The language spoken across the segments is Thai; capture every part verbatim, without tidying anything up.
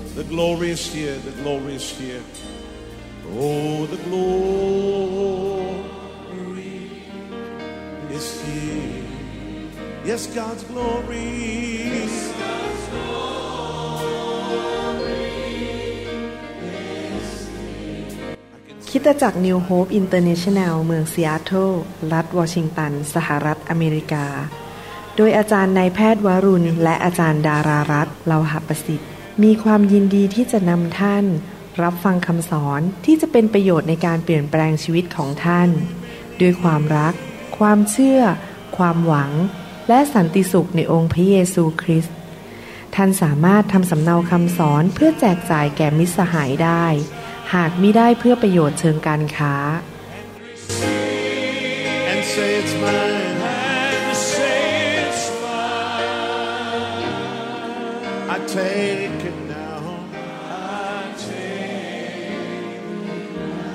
The glory is here. The glory is here. Oh, the glory is here. Yes, God's glory. Yes, God's glory is here. คริสตจักร New Hope International เมืองซีแอตเทิลรัฐวอชิงตันสหรัฐอเมริกาโดยอาจารย์นายแพทย์วรุณและอาจารย์ดารารัตน์เลาหประสิทธิ์มีความยินดีที่จะนำท่านรับฟังคำสอนที่จะเป็นประโยชน์ในการเปลี่ยนแปลงชีวิตของท่านด้วยความรักความเชื่อความหวังและสันติสุขในองค์พระเยซูคริสต์ท่านสามารถทำสำเนาคำสอนเพื่อแจกจ่ายแก่มิตรสหายได้หากมิได้เพื่อประโยชน์เชิงการค้า And say it's mine. And say it's mine. I take it now. I take it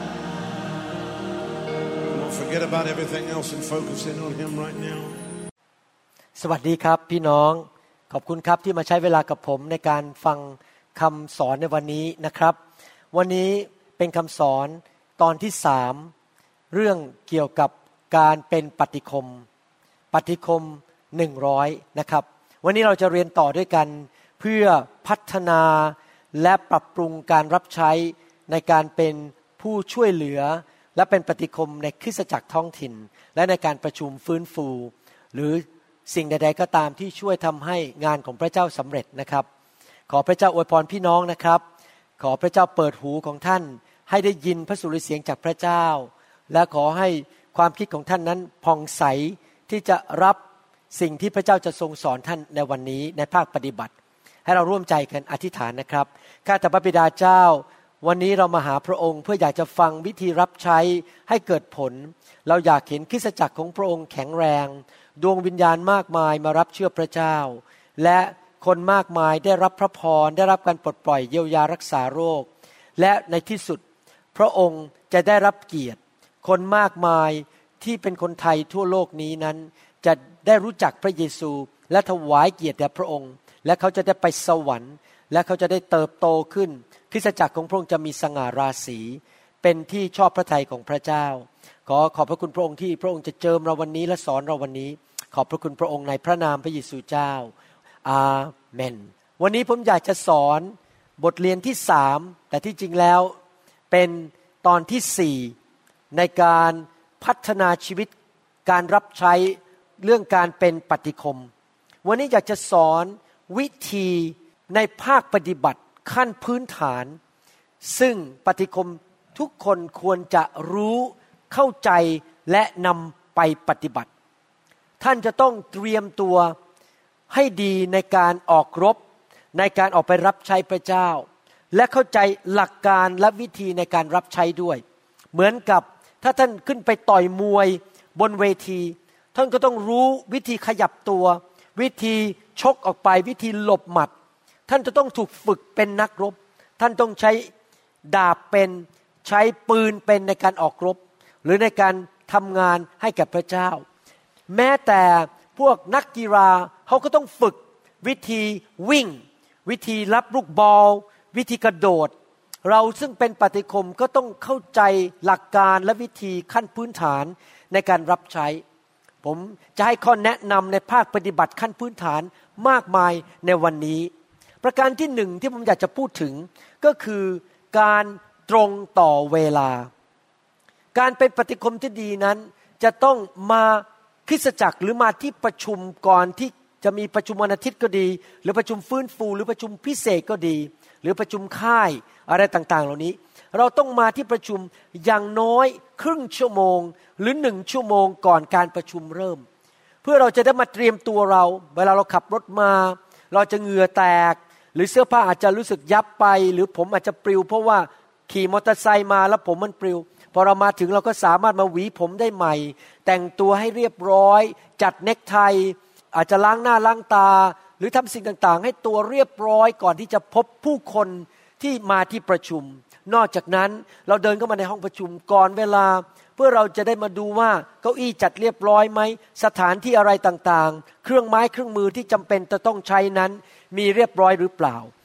now. Don't forget about everything else and focus in on Him right now. สวัสดีครับพี่น้องขอบคุณครับที่มาใช้เวลากับผมในการฟังคำสอนในวันนี้นะครับวันนี้เป็นคำสอนตอนที่สามเรื่องเกี่ยวกับการเป็นปฏิคมปฏิคมหนึ่งร้อยนะครับวันนี้เราจะเรียนต่อด้วยกันเพื่อพัฒนาและปรับปรุงการรับใช้ในการเป็นผู้ช่วยเหลือและเป็นปฏิคมในคริสตจักรท้องถิ่นและในการประชุมฟื้นฟูหรือสิ่งใดๆก็ตามที่ช่วยทำให้งานของพระเจ้าสำเร็จนะครับขอพระเจ้าอวยพรพี่น้องนะครับขอพระเจ้าเปิดหูของท่านให้ได้ยินพระสุรเสียงจากพระเจ้าและขอให้ความคิดของท่านนั้นผ่องใสที่จะรับสิ่งที่พระเจ้าจะทรงสอนท่านในวันนี้ในภาคปฏิบัติให้เราร่วมใจกันอธิษฐานนะครับข้าแต่พระบิดาเจ้าวันนี้เรามาหาพระองค์เพื่ออยากจะฟังวิธีรับใช้ให้เกิดผลเราอยากเห็นคริสตจักรของพระองค์แข็งแรงดวงวิญญาณมากมายมารับเชื่อพระเจ้าและคนมากมายได้รับพระพรได้รับการปลดปล่อยเยียวยารักษาโรคและในที่สุดพระองค์จะได้รับเกียรติคนมากมายที่เป็นคนไทยทั่วโลกนี้นั้นจะได้รู้จักพระเยซูและถวายเกียรติแด่พระองค์และเขาจะได้ไปสวรรค์และเขาจะได้เติบโตขึ้นคริสตจักรของพระองค์จะมีสง่าราศีเป็นที่ชอบพระทัยของพระเจ้าขอขอบพระคุณพระองค์ที่พระองค์จะเจิมเราวันนี้และสอนเราวันนี้ขอบพระคุณพระองค์ในพระนามพระเยซูเจ้าอาเมนวันนี้ผมอยากจะสอนบทเรียนที่สามแต่ที่จริงแล้วเป็นตอนที่สี่ในการพัฒนาชีวิตการรับใช้เรื่องการเป็นปฏิคมวันนี้อยากจะสอนวิธีในภาคปฏิบัติขั้นพื้นฐานซึ่งปฏิคมทุกคนควรจะรู้เข้าใจและนำไปปฏิบัติท่านจะต้องเตรียมตัวให้ดีในการออกรบในการออกไปรับใช้พระเจ้าและเข้าใจหลักการและวิธีในการรับใช้ด้วยเหมือนกับถ้าท่านขึ้นไปต่อยมวยบนเวทีท่านก็ต้องรู้วิธีขยับตัววิธีชกออกไปวิธีหลบหมัดท่านจะต้องถูกฝึกเป็นนักรบท่านต้องใช้ดาบเป็นใช้ปืนเป็นในการออกรบหรือในการทำงานให้แก่พระเจ้าแม้แต่พวกนักกีฬาเขาก็ต้องฝึกวิธีวิ่งวิธีรับลูกบอลวิธีกระโดดเราซึ่งเป็นปฏิคมก็ต้องเข้าใจหลักการและวิธีขั้นพื้นฐานในการรับใช้ผมจะให้ข้อแนะนำในภาคปฏิบัติขั้นพื้นฐานมากมายในวันนี้ประการที่หนึ่งที่ผมอยากจะพูดถึงก็คือการตรงต่อเวลาการเป็นปฏิคมที่ดีนั้นจะต้องมาคริสตจักรหรือมาที่ประชุมก่อนที่จะมีประชุมวันอาทิตย์ก็ดีหรือประชุมฟื้นฟูหรือประชุมพิเศษก็ดีหรือประชุมค่ายอะไรต่างๆเหล่านี้เราต้องมาที่ประชุมอย่างน้อยครึ่งชั่วโมงหรือหนึ่งชั่วโมงก่อนการประชุมเริ่มเพื่อเราจะได้มาเตรียมตัวเราเวลาเราขับรถมาเราจะเหงื่อแตกหรือเสื้อผ้าอาจจะรู้สึกยับไปหรือผมอาจจะปลิวเพราะว่าขี่มอเตอร์ไซค์มาแล้วผมมันปลิวพอเรามาถึงเราก็สามารถมาหวีผมได้ใหม่แต่งตัวให้เรียบร้อยจัดเนคไทอาจจะล้างหน้าล้างตาหรือทำสิ่งต่างๆให้ตัวเรียบร้อยก่อนที่จะพบผู้คนที่มาที่ประชุมนอกจากนั้นเราเดินเข้ามาในห้องประชุมก่อนเวลาเพื่อเราจะได้มาดูว่าเก้าอี้จัดเรียบร้อยไหมสถานที่อะไรต่างๆเครื่องไม้เครื่องมือที่จำเป็นจะต้องใช้นั้นมีเรียบร้อยหรือเปล่า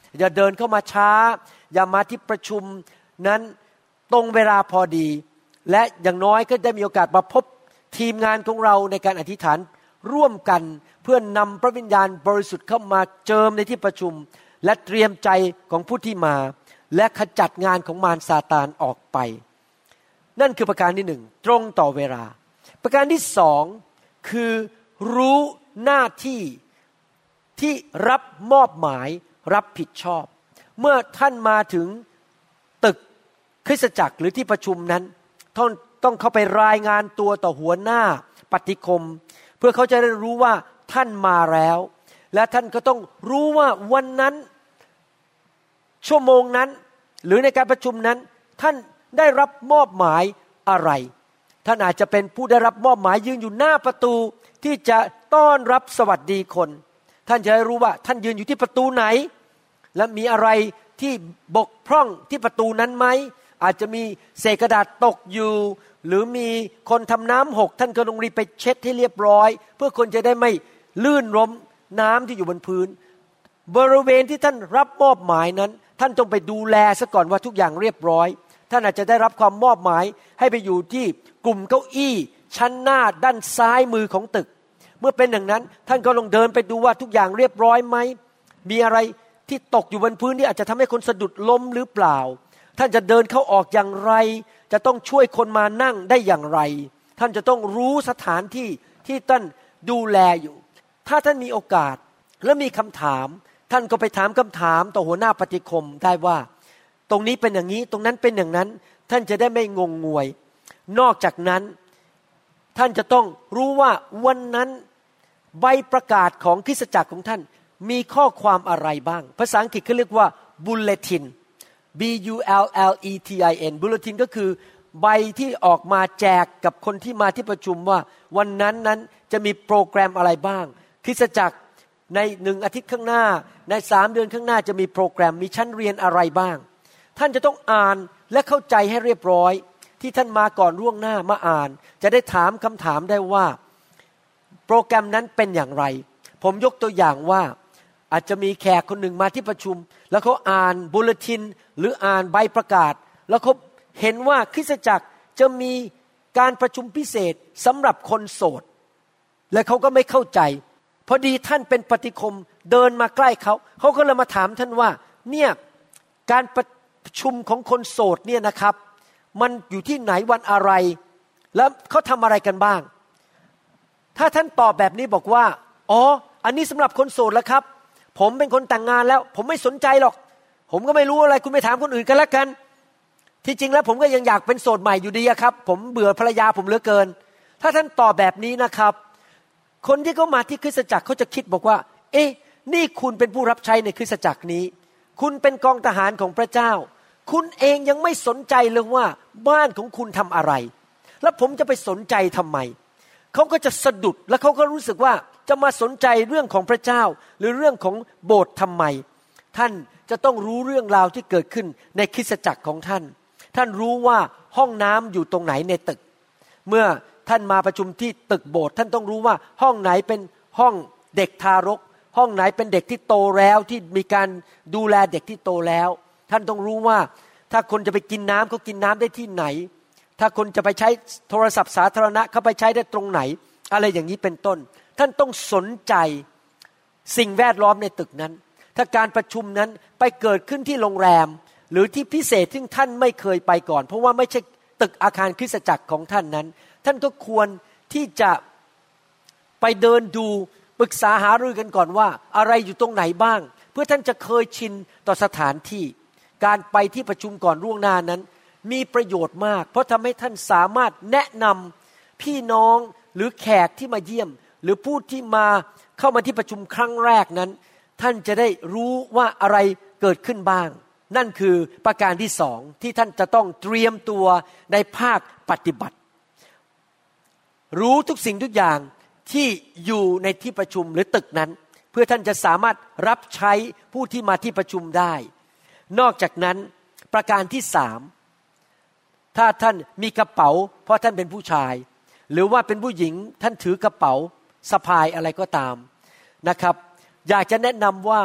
อย่าเดินเข้ามาช้าอย่ามาที่ประชุมนั้นตรงเวลาพอดีและอย่างน้อยก็ได้มีโอกาสมาพบทีมงานของเราในการอธิษฐานร่วมกันเพื่อนำพระวิญญาณบริสุทธิ์เข้ามาเจิมในที่ประชุมและเตรียมใจของผู้ที่มาและขจัดงานของมารซาตานออกไปนั่นคือประการที่หนึ่งตรงต่อเวลาประการที่สองคือรู้หน้าที่ที่รับมอบหมายรับผิดชอบเมื่อท่านมาถึงตึกคริสตจักรหรือที่ประชุมนั้นท่านต้องเข้าไปรายงานตัวต่อหัวหน้าปฏิคมเพื่อเขาจะได้รู้ว่าท่านมาแล้วและท่านก็ต้องรู้ว่าวันนั้นชั่วโมงนั้นหรือในการประชุมนั้นท่านได้รับมอบหมายอะไรท่านอาจจะเป็นผู้ได้รับมอบหมายยืนอยู่หน้าประตูที่จะต้อนรับสวัสดีคนท่านจะได้รู้ว่าท่านยืนอยู่ที่ประตูไหนและมีอะไรที่บกพร่องที่ประตูนั้นไหมอาจจะมีเศษกระดาษตกอยู่หรือมีคนทำน้ำหกท่านก็ต้องรีบไปเช็ดให้เรียบร้อยเพื่อคนจะได้ไม่ลื่นล้มน้ำที่อยู่บนพื้นบริเวณที่ท่านรับมอบหมายนั้นท่านต้องไปดูแลซะก่อนว่าทุกอย่างเรียบร้อยท่านอาจจะได้รับความมอบหมายให้ไปอยู่ที่กลุ่มเก้าอี้ชั้นหน้าด้านซ้ายมือของตึกเมื่อเป็นอย่างนั้นท่านก็ลองเดินไปดูว่าทุกอย่างเรียบร้อยไหมมีอะไรที่ตกอยู่บนพื้นที่อาจจะทำให้คนสะดุดล้มหรือเปล่าท่านจะเดินเข้าออกอย่างไรจะต้องช่วยคนมานั่งได้อย่างไรท่านจะต้องรู้สถานที่ที่ท่านดูแลอยู่ถ้าท่านมีโอกาสและมีคำถามท่านก็ไปถามคำถามต่อหัวหน้าปฏิคมได้ว่าตรงนี้เป็นอย่างนี้ตรงนั้นเป็นอย่างนั้นท่านจะได้ไม่งงงวยนอกจากนั้นท่านจะต้องรู้ว่าวันนั้นใบประกาศของคริสตจักรของท่านมีข้อความอะไรบ้างภาษาอังกฤษเขาเรียกว่า bulletin B U L L E T I N bulletin ก็คือใบที่ออกมาแจกกับคนที่มาที่ประชุมว่าวันนั้นนั้นจะมีโปรแกรมอะไรบ้างคริสตจักรในหนึ่งอาทิตย์ข้างหน้าในสามเดือนข้างหน้าจะมีโปรแกรมมีชั้นเรียนอะไรบ้างท่านจะต้องอ่านและเข้าใจให้เรียบร้อยที่ท่านมาก่อนล่วงหน้ามาอ่านจะได้ถามคำถามได้ว่าโปรแกรมนั้นเป็นอย่างไรผมยกตัวอย่างว่าอาจจะมีแขกคนหนึ่งมาที่ประชุมแล้วเขาอ่านบูเลตินหรืออ่านใบประกาศแล้วเขาเห็นว่าคริสตจักรจะมีการประชุมพิเศษสำหรับคนโสดและเขาก็ไม่เข้าใจพอดีท่านเป็นปฏิคมเดินมาใกล้เขาเขาก็เลยมาถามท่านว่าเนี่ยการประชุมของคนโสดเนี่ยนะครับมันอยู่ที่ไหนวันอะไรแล้วเขาทำอะไรกันบ้างถ้าท่านตอบแบบนี้บอกว่าอ๋ออันนี้สำหรับคนโสดแล้วครับผมเป็นคนแต่งงานแล้วผมไม่สนใจหรอกผมก็ไม่รู้อะไรคุณไปถามคนอื่นกันละกันที่จริงแล้วผมก็ยังอยากเป็นโสดใหม่อยู่ดีครับผมเบื่อภรรยาผมเหลือเกินถ้าท่านตอบแบบนี้นะครับคนที่เขามาที่คริสตจักรเขาจะคิดบอกว่าเอ๊ะนี่คุณเป็นผู้รับใช้ในคริสตจักรนี้คุณเป็นกองทหารของพระเจ้าคุณเองยังไม่สนใจเลยว่าบ้านของคุณทำอะไรแล้วผมจะไปสนใจทำไมเขาก็จะสะดุดแล้วเขาก็รู้สึกว่าจะมาสนใจเรื่องของพระเจ้าหรือเรื่องของโบสถ์ทำไมท่านจะต้องรู้เรื่องราวที่เกิดขึ้นในคริสตจักรของท่านท่านรู้ว่าห้องน้ำอยู่ตรงไหนในตึกเมื่อท่านมาประชุมที่ตึกโบสถ์ท่านต้องรู้ว่าห้องไหนเป็นห้องเด็กทารกห้องไหนเป็นเด็กที่โตแล้วที่มีการดูแลเด็กที่โตแล้วท่านต้องรู้ว่าถ้าคนจะไปกินน้ำเขากินน้ำได้ที่ไหนถ้าคนจะไปใช้โทรศัพท์สาธารณะเขาไปใช้ได้ตรงไหนอะไรอย่างนี้เป็นต้นท่านต้องสนใจสิ่งแวดล้อมในตึกนั้นถ้าการประชุมนั้นไปเกิดขึ้นที่โรงแรมหรือที่พิเศษที่ท่านไม่เคยไปก่อนเพราะว่าไม่ใช่ตึกอาคารคริสตจักรของท่านนั้นท่านก็ควรที่จะไปเดินดูปรึกษาหารือกันก่อนว่าอะไรอยู่ตรงไหนบ้างเพื่อท่านจะเคยชินต่อสถานที่การไปที่ประชุมก่อนล่วงหน้านั้นมีประโยชน์มากเพราะทำให้ท่านสามารถแนะนำพี่น้องหรือแขกที่มาเยี่ยมหรือผู้ที่มาเข้ามาที่ประชุมครั้งแรกนั้นท่านจะได้รู้ว่าอะไรเกิดขึ้นบ้างนั่นคือประการที่สองที่ท่านจะต้องเตรียมตัวในภาคปฏิบัติรู้ทุกสิ่งทุกอย่างที่อยู่ในที่ประชุมหรือตึกนั้นเพื่อท่านจะสามารถรับใช้ผู้ที่มาที่ประชุมได้นอกจากนั้นประการที่สามถ้าท่านมีกระเป๋าเพราะท่านเป็นผู้ชายหรือว่าเป็นผู้หญิงท่านถือกระเป๋าสะพายอะไรก็ตามนะครับอยากจะแนะนำว่า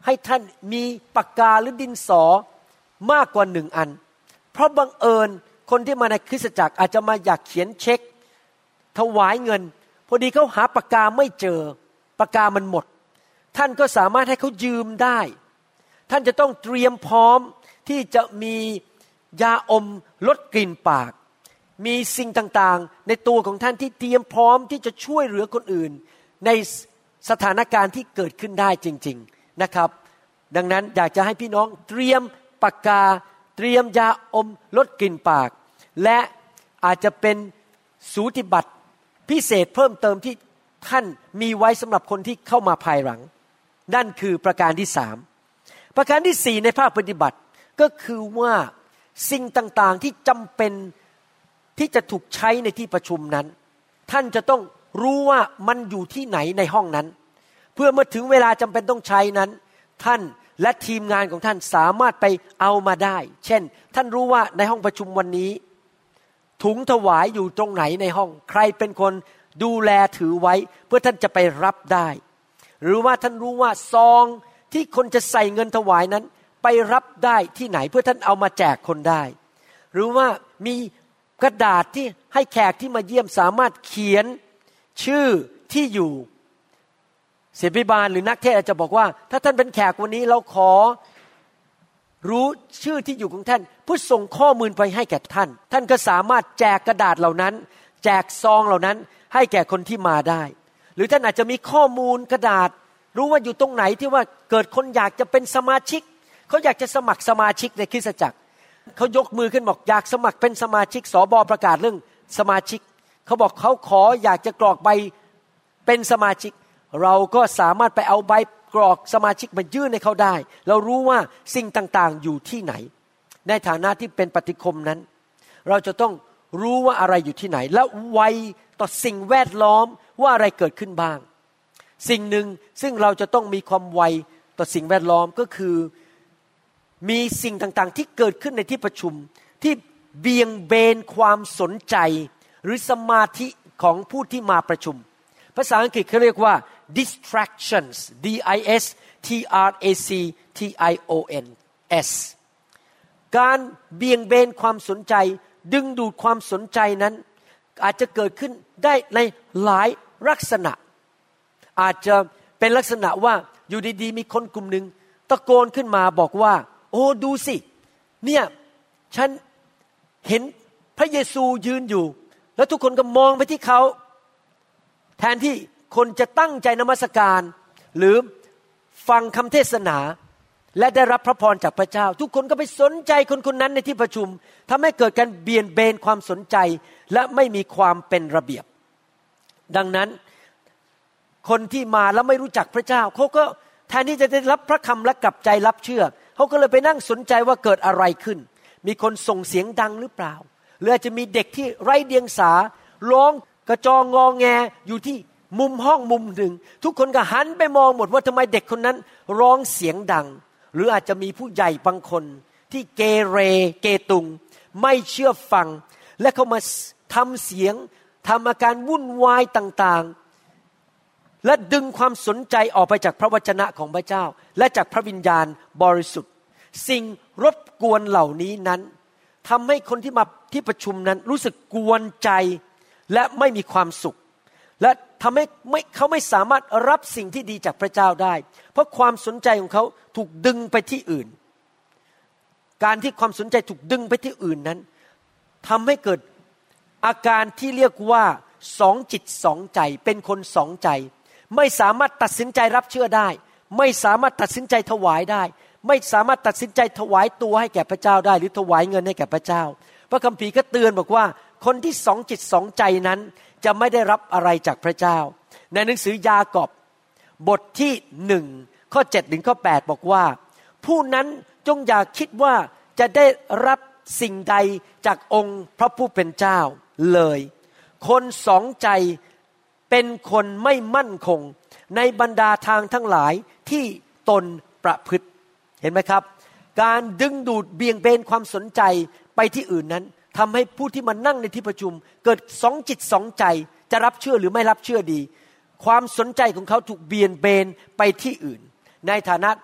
ให้ท่านมีปากกาหรือดินสอมากกว่าหนึ่งอันเพราะบังเอิญคนที่มาในคริสตจักรอาจจะมาอยากเขียนเช็คถวายเงินพอดีเขาหาปากกาไม่เจอปากกามันหมดท่านก็สามารถให้เขายืมได้ท่านจะต้องเตรียมพร้อมที่จะมียาอมลดกลิ่นปากมีสิ่งต่างๆในตัวของท่านที่เตรียมพร้อมที่จะช่วยเหลือคนอื่นในสถานการณ์ที่เกิดขึ้นได้จริงๆนะครับดังนั้นอยากจะให้พี่น้องเตรียมปากกาเตรียมยาอมลดกลิ่นปากและอาจจะเป็นสูติบัตรพิเศษเพิ่มเติมที่ท่านมีไว้สำหรับคนที่เข้ามาภายหลังนั่นคือประการที่สามประการที่สี่ในภาคปฏิบัติก็คือว่าสิ่งต่างๆที่จำเป็นที่จะถูกใช้ในที่ประชุมนั้นท่านจะต้องรู้ว่ามันอยู่ที่ไหนในห้องนั้นเพื่อเมื่อถึงเวลาจำเป็นต้องใช้นั้นท่านและทีมงานของท่านสามารถไปเอามาได้เช่นท่านรู้ว่าในห้องประชุมวันนี้ถุงถวายอยู่ตรงไหนในห้องใครเป็นคนดูแลถือไว้เพื่อท่านจะไปรับได้หรือว่าท่านรู้ว่าซองที่คนจะใส่เงินถวายนั้นไปรับได้ที่ไหนเพื่อท่านเอามาแจกคนได้หรือว่ามีกระดาษที่ให้แขกที่มาเยี่ยมสามารถเขียนชื่อที่อยู่ศิษยาภิบาลหรือนักเทศน์อาจจะบอกว่าถ้าท่านเป็นแขกวันนี้เราขอรู้ชื่อที่อยู่ของท่านเพื่อส่งข้อมูลไปให้แก่ท่านท่านก็สามารถแจกกระดาษเหล่านั้นแจกซองเหล่านั้นให้แก่คนที่มาได้หรือท่านอาจจะมีข้อมูลกระดาษรู้ว่าอยู่ตรงไหนที่ว่าเกิดคนอยากจะเป็นสมาชิกเขาอยากจะสมัครสมาชิกในคริสตจักรเขายกมือขึ้นบอกอยากสมัครเป็นสมาชิกสบประกาศเรื่องสมาชิกเขาบอกเขาขออยากจะกรอกใบเป็นสมาชิกเราก็สามารถไปเอาใบกรอกสมาชิกมายื่นให้เขาได้เรารู้ว่าสิ่งต่างๆอยู่ที่ไหนในฐานะที่เป็นปฏิคมนั้นเราจะต้องรู้ว่าอะไรอยู่ที่ไหนและไวต่อสิ่งแวดล้อมว่าอะไรเกิดขึ้นบ้างสิ่งหนึ่งซึ่งเราจะต้องมีความไวต่อสิ่งแวดล้อมก็คือมีสิ่งต่างๆที่เกิดขึ้นในที่ประชุมที่เบี่ยงเบนความสนใจหรือสมาธิของผู้ที่มาประชุมภาษาอังกฤษเขาเรียกว่า distractions D I S T R A C T I O N S การเบี่ยงเบนความสนใจดึงดูดความสนใจนั้นอาจจะเกิดขึ้นได้ในหลายลักษณะอาจจะเป็นลักษณะว่าอยู่ดีๆมีคนกลุ่มหนึ่งตะโกนขึ้นมาบอกว่าโอ้ดูสิเนี่ยฉันเห็นพระเยซูยืนอยู่แล้วทุกคนก็มองไปที่เขาแทนที่คนจะตั้งใจนมัสการหรือฟังคำเทศนาและได้รับพระพรจากพระเจ้าทุกคนก็ไปสนใจคนคนนั้นในที่ประชุมทำให้เกิดการเบี่ยงเบนความสนใจและไม่มีความเป็นระเบียบดังนั้นคนที่มาแล้วไม่รู้จักพระเจ้าเขาก็แทนที่จะได้รับพระคำและกลับใจรับเชื่อเขาก็เลยไปนั่งสนใจว่าเกิดอะไรขึ้นมีคนส่งเสียงดังหรือเปล่าหรืออาจจะมีเด็กที่ไร้เดียงสาร้องกระจองงอแงอยู่ที่มุมห้องมุมหนึ่งทุกคนก็หันไปมองหมดว่าทำไมเด็กคนนั้นร้องเสียงดังหรืออาจจะมีผู้ใหญ่บางคนที่เกเรเกตุงไม่เชื่อฟังและเขามาทำเสียงทำอาการวุ่นวายต่างๆและดึงความสนใจออกไปจากพระวจนะของพระเจ้าและจากพระวิญญาณบริสุทธิ์สิ่งรบกวนเหล่านี้นั้นทำให้คนที่มาที่ประชุมนั้นรู้สึกกวนใจและไม่มีความสุขและทำให้ไม่เขาไม่สามารถรับสิ่งที่ดีจากพระเจ้าได้เพราะความสนใจของเขาถูกดึงไปที่อื่นการที่ความสนใจถูกดึงไปที่อื่นนั้นทำให้เกิดอาการที่เรียกว่าสองจิตสองใจเป็นคนสองใจไม่สามารถตัดสินใจรับเชื่อได้ไม่สามารถตัดสินใจถวายได้ไม่สามารถตัดสินใจถวายตัวให้แก่พระเจ้าได้หรือถวายเงินให้แก่พระเจ้าพระคัมภีร์ก็เตือนบอกว่าคนที่สองจิตสองใจนั้นจะไม่ได้รับอะไรจากพระเจ้าในหนังสือยากอบบทที่หนึ่งข้อเจ็ดถึงข้อแปดบอกว่าผู้นั้นจงอย่าคิดว่าจะได้รับสิ่งใดจากองค์พระผู้เป็นเจ้าเลยคนสองใจเป็นคนไม่มั่นคงในบรรดาทางทั้งหลายที่ตนประพฤติเห็นไหมครับการดึงดูดเบี่ยงเบนความสนใจไปที่อื่นนั้นทำให้ผู้ที่มานั่งในที่ประชุมเกิดสองจิตสองใจจะรับเชื่อหรือไม่รับเชื่อดีความสนใจของเขาถูกเบี่ยงเบนไปที่อื่นในฐานะ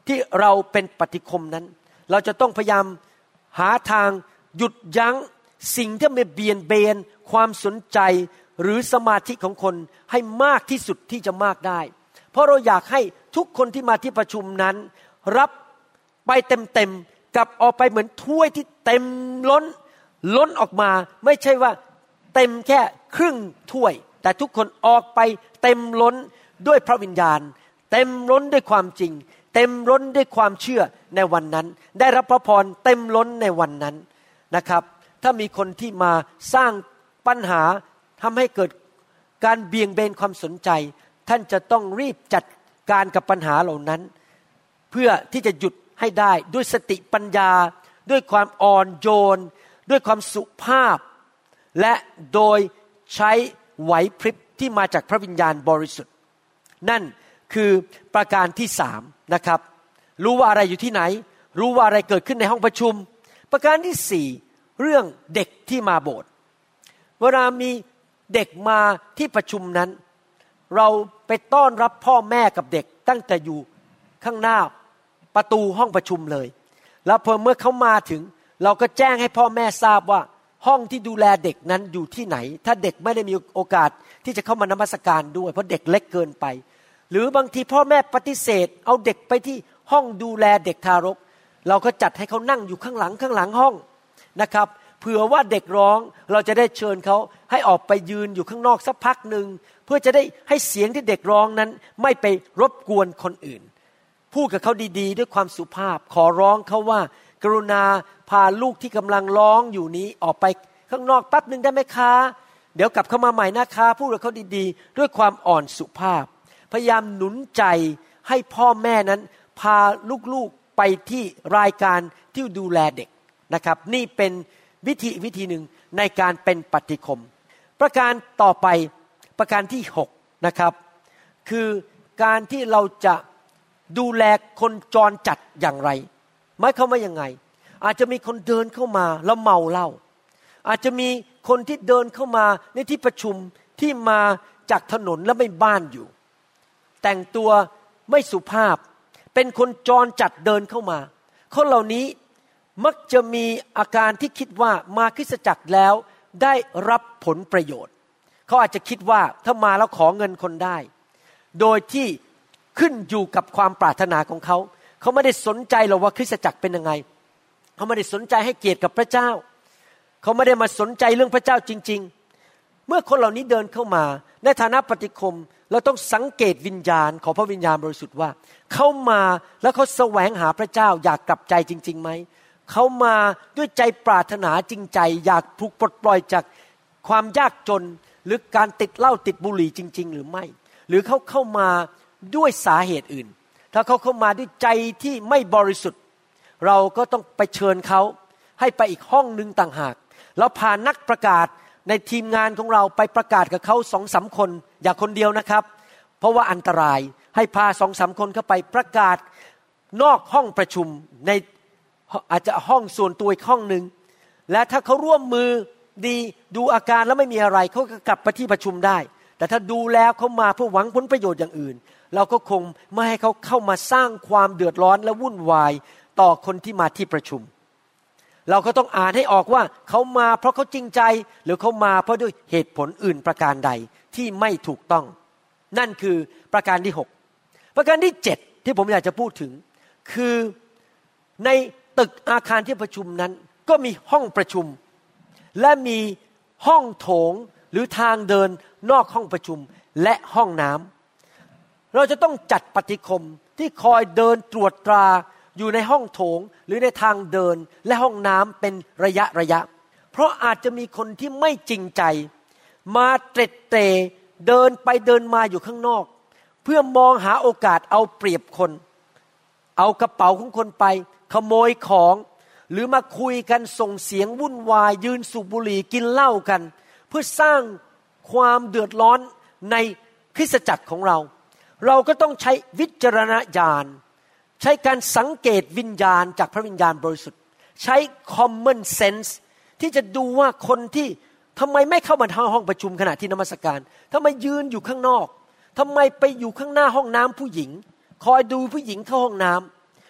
ที่เราเป็นปฏิคมนั้นเราจะต้องพยายามหาทางหยุดยั้งสิ่งที่มันเบียดเบนความสนใจหรือสมาธิของคนให้มากที่สุดที่จะมากได้เพราะเราอยากให้ทุกคนที่มาที่ประชุมนั้นรับไปเต็มๆกลับออกไปเหมือนถ้วยที่เต็มล้นล้นออกมาไม่ใช่ว่าเต็มแค่ครึ่งถ้วยแต่ทุกคนออกไปเต็มล้นด้วยพระวิญญาณเต็มล้นด้วยความจริงเต็มล้นด้วยความเชื่อในวันนั้นได้รับพระพรเต็มล้นในวันนั้นนะครับถ้ามีคนที่มาสร้างปัญหาทำให้เกิดการเบี่ยงเบนความสนใจท่านจะต้องรีบจัดการกับปัญหาเหล่านั้นเพื่อที่จะหยุดให้ได้ด้วยสติปัญญาด้วยความอ่อนโยนด้วยความสุภาพและโดยใช้ไหวพริบที่มาจากพระวิญญาณบริสุทธิ์นั่นคือประการที่สามนะครับรู้ว่าอะไรอยู่ที่ไหนรู้ว่าอะไรเกิดขึ้นในห้องประชุมประการที่สี่เรื่องเด็กที่มาโบสถ์เวลามีเด็กมาที่ประชุมนั้นเราไปต้อนรับพ่อแม่กับเด็กตั้งแต่อยู่ข้างหน้าประตูห้องประชุมเลยแล้วพอเมื่อเขามาถึงเราก็แจ้งให้พ่อแม่ทราบว่าห้องที่ดูแลเด็กนั้นอยู่ที่ไหนถ้าเด็กไม่ได้มีโอกาสที่จะเข้ามานมัสการด้วยเพราะเด็กเล็กเกินไปหรือบางทีพ่อแม่ปฏิเสธเอาเด็กไปที่ห้องดูแลเด็กทารกเราก็จัดให้เขานั่งอยู่ข้างหลังข้างหลังห้องนะครับเผื่อว่าเด็กร้องเราจะได้เชิญเขาให้ออกไปยืนอยู่ข้างนอกสักพักหนึ่งเพื่อจะได้ให้เสียงที่เด็กร้องนั้นไม่ไปรบกวนคนอื่นพูดกับเขาดีๆด้วยความสุภาพขอร้องเขาว่ากรุณาพาลูกที่กำลังร้องอยู่นี้ออกไปข้างนอกแป๊บนึงได้ไหมคะเดี๋ยวกลับเข้ามาใหม่นะคะพูดกับเขาดีๆด้วยความอ่อนสุภาพพยายามหนุนใจให้พ่อแม่นั้นพาลูกๆไปที่รายการที่ดูแลเด็กนะครับนี่เป็นวิธีวิธีหนึ่งในการเป็นปฏิคมประการต่อไปประการที่หกนะครับคือการที่เราจะดูแลคนจรจัดอย่างไรหมายความว่ายังไงอาจจะมีคนเดินเข้ามาแล้วเมาเหล้าอาจจะมีคนที่เดินเข้ามาในที่ประชุมที่มาจากถนนแล้วไม่บ้านอยู่แต่งตัวไม่สุภาพเป็นคนจรจัดเดินเข้ามาคนเหล่านี้มักจะมีอาการที่คิดว่ามาคริสตจักรแล้วได้รับผลประโยชน์เขาอาจจะคิดว่าถ้ามาแล้วขอเงินคนได้โดยที่ขึ้นอยู่กับความปรารถนาของเขาเขาไม่ได้สนใจหรอกว่าคริสตจักรเป็นยังไงเขาไม่ได้สนใจให้เกียรติกับพระเจ้าเขาไม่ได้มาสนใจเรื่องพระเจ้าจริงๆเมื่อคนเหล่านี้เดินเข้ามาในฐานะปฏิคมเราต้องสังเกตวิญญาณของพระวิญญาณบริสุทธิ์ว่าเขามาแล้วเขาแสวงหาพระเจ้าอยากกลับใจจริงๆไหมเขามาด้วยใจปรารถนาจริงใจอยากถูกปลดปล่อยจากความยากจนหรือการติดเหล้าติดบุหรี่จริงๆหรือไม่หรือเขาเข้ามาด้วยสาเหตุอื่นถ้าเขาเข้ามาด้วยใจที่ไม่บริสุทธิ์เราก็ต้องไปเชิญเขาให้ไปอีกห้องนึงต่างหากแล้วพานักประกาศในทีมงานของเราไปประกาศกับเขาสองสามคนอย่าคนเดียวนะครับเพราะว่าอันตรายให้พาสองสามคนเข้าไปประกาศนอกห้องประชุมในอาจจะห้องส่วนตัวอีกห้องนึงและถ้าเขาร่วมมือดีดูอาการแล้วไม่มีอะไรเขาก็กลับไปที่ประชุมได้แต่ถ้าดูแล้วเขามาเพื่อหวังผลประโยชน์อย่างอื่นเราก็คงไม่ให้เขาเข้ามาสร้างความเดือดร้อนและวุ่นวายต่อคนที่มาที่ประชุมเราก็ต้องอ่านให้ออกว่าเขามาเพราะเขาจริงใจหรือเขามาเพราะด้วยเหตุผลอื่นประการใดที่ไม่ถูกต้องนั่นคือประการที่หกประการที่เจ็ดที่ผมอยากจะพูดถึงคือในตึกอาคารที่ประชุมนั้นก็มีห้องประชุมและมีห้องโถงหรือทางเดินนอกห้องประชุมและห้องน้ำเราจะต้องจัดปฏิคมที่คอยเดินตรวจตราอยู่ในห้องโถงหรือในทางเดินและห้องน้ำเป็นระยะระยะเพราะอาจจะมีคนที่ไม่จริงใจมาเตร็ดเตร่เดินไปเดินมาอยู่ข้างนอกเพื่อมองหาโอกาสเอาเปรียบคนเอากระเป๋าของคนไปขโมยของหรือมาคุยกันส่งเสียงวุ่นวายยืนสูบบุหรี่กินเหล้ากันเพื่อสร้างความเดือดร้อนในคริสตจักรของเราเราก็ต้องใช้วิจารณญาณใช้การสังเกตวิญญาณจากพระวิญญาณบริสุทธิ์ใช้ common sense ที่จะดูว่าคนที่ทำไมไม่เข้ามาที่ห้องประชุมขณะที่นมัสการทำไมยืนอยู่ข้างนอกทำไมไปอยู่ข้างหน้าห้องน้ำผู้หญิงคอยดูผู้หญิงเข้าห้องน้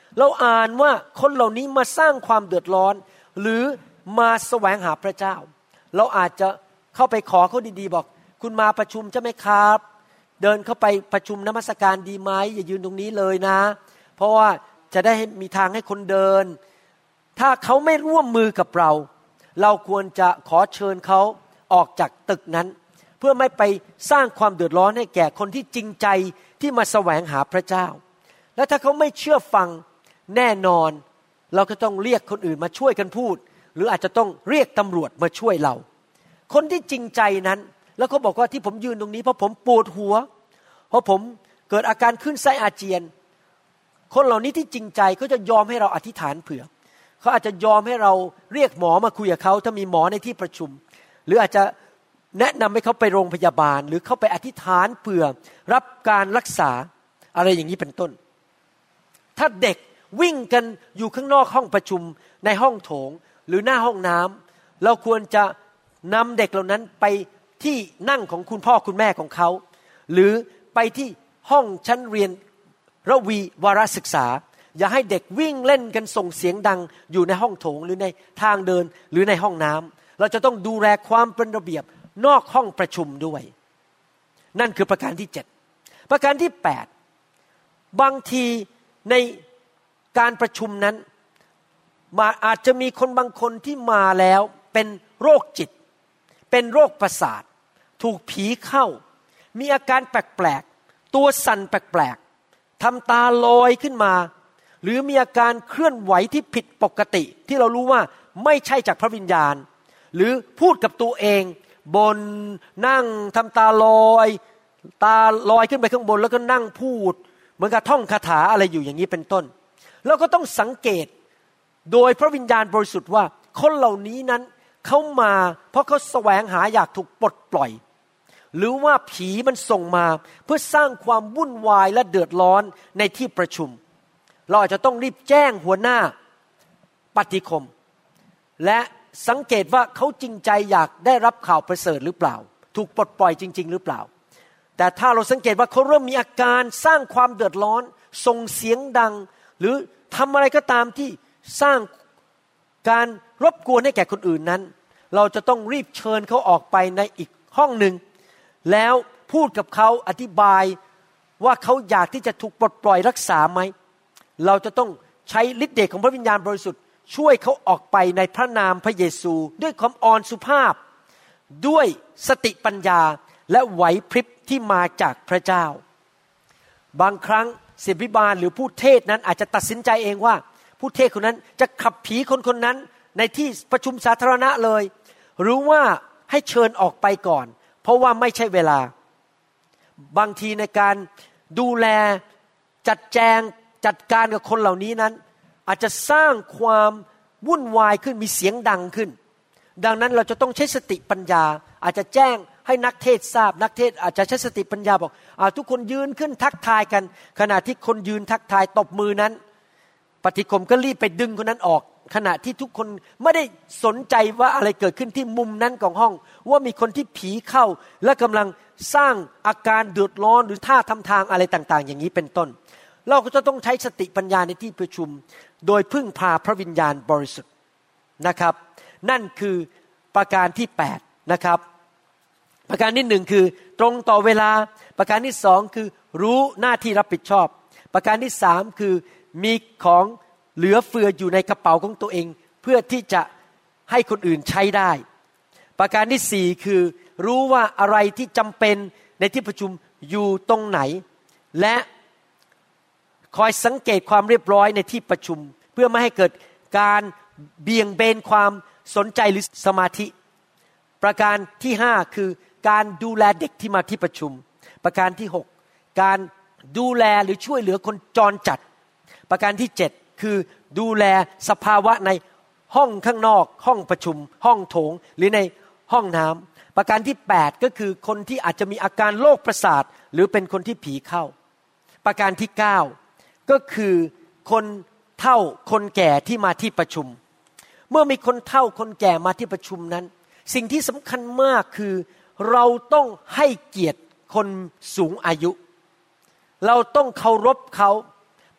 เราอ่านว่าคนเหล่านี้มาสร้างความเดือดร้อนหรือมาแสวงหาพระเจ้าเราอาจจะเข้าไปขอเขาดีๆบอกคุณมาประชุมใช่ไหมครับเดินเข้าไปประชุมนมัสการดีไหมอย่ายืนตรงนี้เลยนะเพราะว่าจะได้มีทางให้คนเดินถ้าเขาไม่ร่วมมือกับเราเราควรจะขอเชิญเขาออกจากตึกนั้นเพื่อไม่ไปสร้างความเดือดร้อนให้แก่คนที่จริงใจที่มาแสวงหาพระเจ้าและถ้าเขาไม่เชื่อฟังแน่นอนเราก็ต้องเรียกคนอื่นมาช่วยกันพูดหรืออาจจะต้องเรียกตำรวจมาช่วยเราคนที่จริงใจนั้นแล้วเขาบอกว่าที่ผมยืนตรงนี้เพราะผมปวดหัวเพราะผมเกิดอาการขึ้นไส้อาเจียนคนเหล่านี้ที่จริงใจเขาจะยอมให้เราอธิษฐานเผื่อเขาอาจจะยอมให้เราเรียกหมอมาคุยกับเขาถ้ามีหมอในที่ประชุมหรืออาจจะแนะนำให้เขาไปโรงพยาบาลหรือเขาไปอธิษฐานเผื่อรับการรักษาอะไรอย่างนี้เป็นต้นถ้าเด็กวิ่งกันอยู่ข้างนอกห้องประชุมในห้องโถงหรือหน้าห้องน้ำเราควรจะนำเด็กเหล่านั้นไปที่นั่งของคุณพ่อคุณแม่ของเขาหรือไปที่ห้องชั้นเรียนระวีวารศึกษาอย่าให้เด็กวิ่งเล่นกันส่งเสียงดังอยู่ในห้องโถงหรือในทางเดินหรือในห้องน้ำเราจะต้องดูแลความเป็นระเบียบนอกห้องประชุมด้วยนั่นคือประการที่เจ็ดประการที่แปดบางทีในการประชุมนั้นมาอาจจะมีคนบางคนที่มาแล้วเป็นโรคจิตเป็นโรคประสาทถูกผีเข้ามีอาการแปลกๆตัวสั่นแปลกๆทำตาลอยขึ้นมาหรือมีอาการเคลื่อนไหวที่ผิดปกติที่เรารู้ว่าไม่ใช่จากพระวิญญาณหรือพูดกับตัวเองบนนั่งทำตาลอยตาลอยขึ้นไปข้างบนแล้วก็นั่งพูดเหมือนกับท่องคาถาอะไรอยู่อย่างนี้เป็นต้นเราก็ต้องสังเกตโดยพระวิญญาณบริสุทธิ์ว่าคนเหล่านี้นั้นเขามาเพราะเขาแสวงหาอยากถูกปลดปล่อยหรือว่าผีมันส่งมาเพื่อสร้างความวุ่นวายและเดือดร้อนในที่ประชุมเราอาจจะต้องรีบแจ้งหัวหน้าปฏิคมและสังเกตว่าเขาจริงใจอยากได้รับข่าวประเสริฐหรือเปล่าถูกปลดปล่อยจริงๆหรือเปล่าแต่ถ้าเราสังเกตว่าเขาเริ่มมีอาการสร้างความเดือดร้อนส่งเสียงดังหรือทำอะไรก็ตามที่สร้างการรบกวนให้แก่คนอื่นนั้นเราจะต้องรีบเชิญเขาออกไปในอีกห้องหนึ่งแล้วพูดกับเขาอธิบายว่าเขาอยากที่จะถูกปลดปล่อยรักษาไหมเราจะต้องใช้ฤทธิ์เดชของพระวิญญาณบริสุทธิ์ช่วยเขาออกไปในพระนามพระเยซูด้วยความอ่อนสุภาพด้วยสติปัญญาและไหวพริบที่มาจากพระเจ้าบางครั้งศิษยาภิบาลหรือผู้เทศนั้นอาจจะตัดสินใจเองว่าผู้เทศคนนั้นจะขับผีคนคนนั้นในที่ประชุมสาธารณะเลยหรือว่าให้เชิญออกไปก่อนเพราะว่าไม่ใช่เวลาบางทีในการดูแลจัดแจงจัดการกับคนเหล่านี้นั้นอาจจะสร้างความวุ่นวายขึ้นมีเสียงดังขึ้นดังนั้นเราจะต้องใช้สติปัญญาอาจจะแจ้งให้นักเทศทราบนักเทศอาจจะใช้สติปัญญาบอกอ่าทุกคนยืนขึ้นทักทายกันขณะที่คนยืนทักทายตบมือนั้นปฏิคมก็รีบไปดึงคนนั้นออกขณะที่ทุกคนไม่ได้สนใจว่าอะไรเกิดขึ้นที่มุมนั้นของห้องว่ามีคนที่ผีเข้าและกำลังสร้างอาการเดือดร้อนหรือท่าทำทางอะไรต่างๆอย่างนี้เป็นต้นเราก็จะต้องใช้สติปัญญาในที่ประชุมโดยพึ่งพาพระวิญญาณบริสุทธิ์นะครับนั่นคือประการที่แปดนะครับประการที่หนึ่งคือตรงต่อเวลาประการที่สองคือรู้หน้าที่รับผิดชอบประการที่สามคือมีของเหลือเฟืออยู่ในกระเป๋าของตัวเองเพื่อที่จะให้คนอื่นใช้ได้ประการที่สี่คือรู้ว่าอะไรที่จำเป็นในที่ประชุมอยู่ตรงไหนและคอยสังเกตความเรียบร้อยในที่ประชุมเพื่อไม่ให้เกิดการเบี่ยงเบนความสนใจหรือสมาธิประการที่ห้าคือการดูแลเด็กที่มาที่ประชุมประการที่หกการดูแลหรือช่วยเหลือคนจรจัดประการที่เจ็ดคือดูแลสภาวะในห้องข้างนอกห้องประชุมห้องโถงหรือในห้องน้ำประการที่แปดก็คือคนที่อาจจะมีอาการโรคประสาทหรือเป็นคนที่ผีเข้าประการที่เก้าก็คือคนเฒ่าคนแก่ที่มาที่ประชุมเมื่อมีคนเฒ่าคนแก่มาที่ประชุมนั้นสิ่งที่สำคัญมากคือเราต้องให้เกียรติคนสูงอายุเราต้องเคารพเขา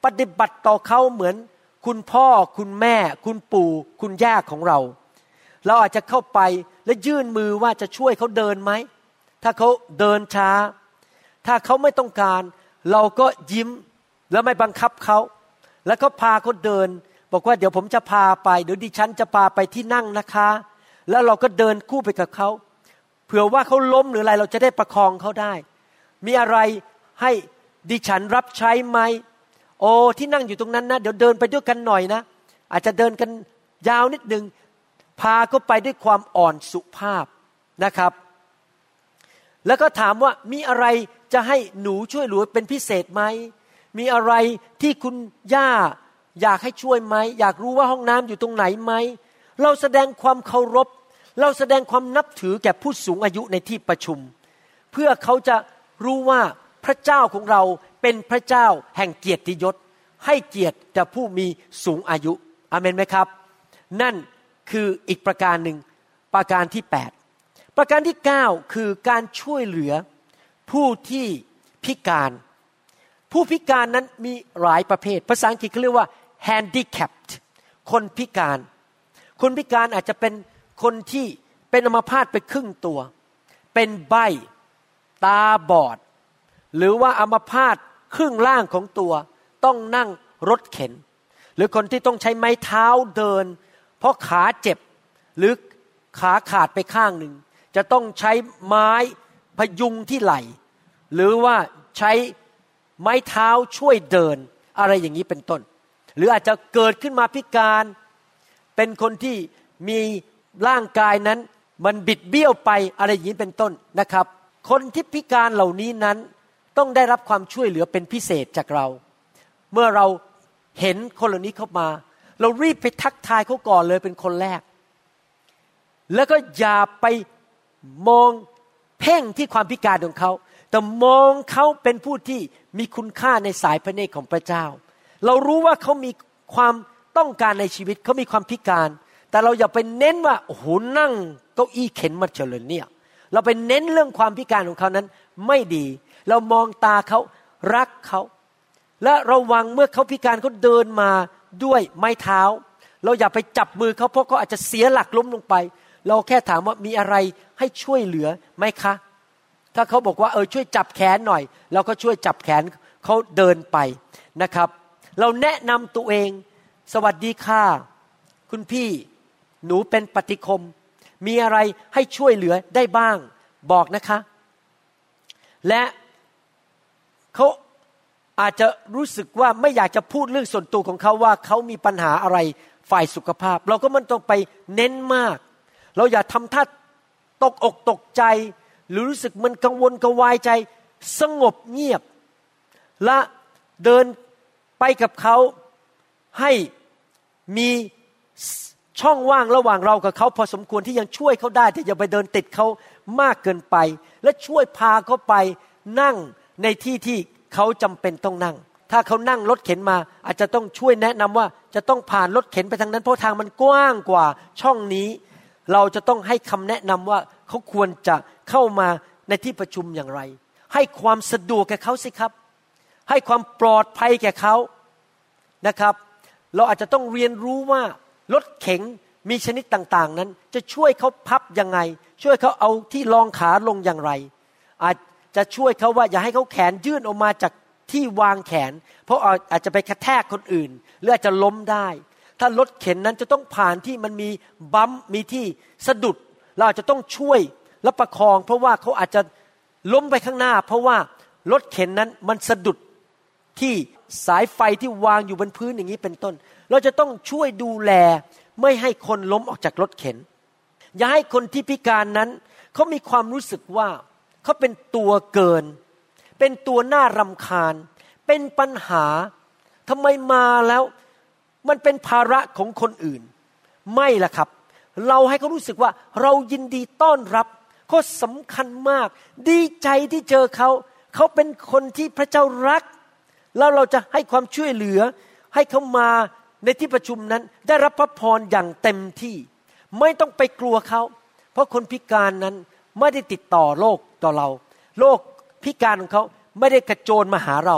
ปฏิบัติต่อเขาเหมือนคุณพ่อคุณแม่คุณปู่คุณย่าของเราเราอาจจะเข้าไปและยื่นมือว่าจะช่วยเขาเดินไหมถ้าเขาเดินช้าถ้าเขาไม่ต้องการเราก็ยิ้มแล้วไม่บังคับเขาแล้วก็พาเขาเดินบอกว่าเดี๋ยวผมจะพาไปเดี๋ยวดิฉันจะพาไปที่นั่งนะคะแล้วเราก็เดินคู่ไปกับเขาเผื่อว่าเขาล้มหรืออะไรเราจะได้ประคองเขาได้มีอะไรให้ดิฉันรับใช้ไหมโอ้ที่นั่งอยู่ตรงนั้นนะเดี๋ยวเดินไปด้วยกันหน่อยนะอาจจะเดินกันยาวนิดนึงพาเขาไปด้วยความอ่อนสุภาพนะครับแล้วก็ถามว่ามีอะไรจะให้หนูช่วยเหลือเป็นพิเศษไหมมีอะไรที่คุณย่าอยากให้ช่วยไหมอยากรู้ว่าห้องน้ำอยู่ตรงไหนไหมเราแสดงความเคารพเราแสดงความนับถือแก่ผู้สูงอายุในที่ประชุมเพื่อเขาจะรู้ว่าพระเจ้าของเราเป็นพระเจ้าแห่งเกียรติยศให้เกียรติแก่ผู้มีสูงอายุอาเมนไหมครับนั่นคืออีกประการหนึ่งประการที่แปดประการที่เก้าคือการช่วยเหลือผู้ที่พิการผู้พิการนั้นมีหลายประเภทภาษาอังกฤษเขาเรียกว่า handicapped คนพิการคนพิการอาจจะเป็นคนที่เป็นอัมพาตไปครึ่งตัวเป็นใบ้ตาบอดหรือว่าอัมพาตครึ่งล่างของตัวต้องนั่งรถเข็นหรือคนที่ต้องใช้ไม้เท้าเดินเพราะขาเจ็บหรือขาขาดไปข้างหนึ่งจะต้องใช้ไม้พยุงที่ไหล่หรือว่าใช้ไม้เท้าช่วยเดินอะไรอย่างนี้เป็นต้นหรืออาจจะเกิดขึ้นมาพิการเป็นคนที่มีร่างกายนั้นมันบิดเบี้ยวไปอะไรอย่างนี้เป็นต้นนะครับคนที่พิการเหล่านี้นั้นต้องได้รับความช่วยเหลือเป็นพิเศษจากเราเมื่อเราเห็นคนเหล่านี้เข้ามาเรารีบไปทักทายเขาก่อนเลยเป็นคนแรกแล้วก็อย่าไปมองเพ่งที่ความพิการของเขาแต่มองเขาเป็นผู้ที่มีคุณค่าในสายพระเนตรของพระเจ้าเรารู้ว่าเขามีความต้องการในชีวิตเขามีความพิการแต่เราอย่าไปเน้นว่าโอ้โหนั่งเก้าอี้เข็นมาเฉลิมเนี่ยเราไปเน้นเรื่องความพิการของเขานั้นไม่ดีเรามองตาเขารักเขาและระวังเมื่อเขาพิการเขาเดินมาด้วยไม้เท้าเราอย่าไปจับมือเขาเพราะเขาอาจจะเสียหลักล้มลงไปเราแค่ถามว่ามีอะไรให้ช่วยเหลือไหมคะถ้าเขาบอกว่าเออช่วยจับแขนหน่อยเราก็ช่วยจับแขนเขาเดินไปนะครับเราแนะนำตัวเองสวัสดีค่ะคุณพี่หนูเป็นปฏิคมมีอะไรให้ช่วยเหลือได้บ้างบอกนะคะและเขาอาจจะรู้สึกว่าไม่อยากจะพูดเรื่องส่วนตัวของเขาว่าเขามีปัญหาอะไรฝ่ายสุขภาพเราก็มันต้องไปเน้นมากเราอย่าทำท่าตกอกตกใจหรือรู้สึกมันกังวลกระวายใจสงบเงียบและเดินไปกับเขาให้มีช่องว่างระหว่างเรากับเขาพอสมควรที่ยังช่วยเขาได้แต่อย่าไปเดินติดเขามากเกินไปและช่วยพาเขาไปนั่งในที่ที่เขาจำเป็นต้องนั่งถ้าเขานั่งรถเข็นมาอาจจะต้องช่วยแนะนำว่าจะต้องผ่านรถเข็นไปทางนั้นเพราะทางมันกว้างกว่าช่องนี้เราจะต้องให้คำแนะนำว่าเขาควรจะเข้ามาในที่ประชุมอย่างไรให้ความสะดวกแก่เขาสิครับให้ความปลอดภัยแก่เขานะครับเราอาจจะต้องเรียนรู้ว่ารถเข็นมีชนิดต่างๆนั้นจะช่วยเขาพับยังไงช่วยเขาเอาที่รองขาลงอย่างไรอาจจะช่วยเขาว่าอย่าให้เขาแขนยื่นออกมาจากที่วางแขนเพราะอาจจะไปกระแทกคนอื่นหรืออาจจะล้มได้ถ้ารถเข็นนั้นจะต้องผ่านที่มันมีบัมป์มีที่สะดุดเราอาจจะต้องช่วยและประคองเพราะว่าเขาอาจจะล้มไปข้างหน้าเพราะว่ารถเข็นนั้นมันสะดุดที่สายไฟที่วางอยู่บนพื้นอย่างนี้เป็นต้นเราจะต้องช่วยดูแลไม่ให้คนล้มออกจากรถเข็นอย่าให้คนที่พิการนั้นเขามีความรู้สึกว่าเขาเป็นตัวเกินเป็นตัวน่ารำคาญเป็นปัญหาทำไมมาแล้วมันเป็นภาระของคนอื่นไม่ล่ะครับเราให้เขารู้สึกว่าเรายินดีต้อนรับเขาสำคัญมากดีใจที่เจอเขาเขาเป็นคนที่พระเจ้ารักแล้วเราจะให้ความช่วยเหลือให้เขามาในที่ประชุมนั้นได้รับพระพรอย่างเต็มที่ไม่ต้องไปกลัวเขาเพราะคนพิการนั้นไม่ได้ติดต่อโรคต่อเราโรคพิการของเขาไม่ได้กระโจนมาหาเรา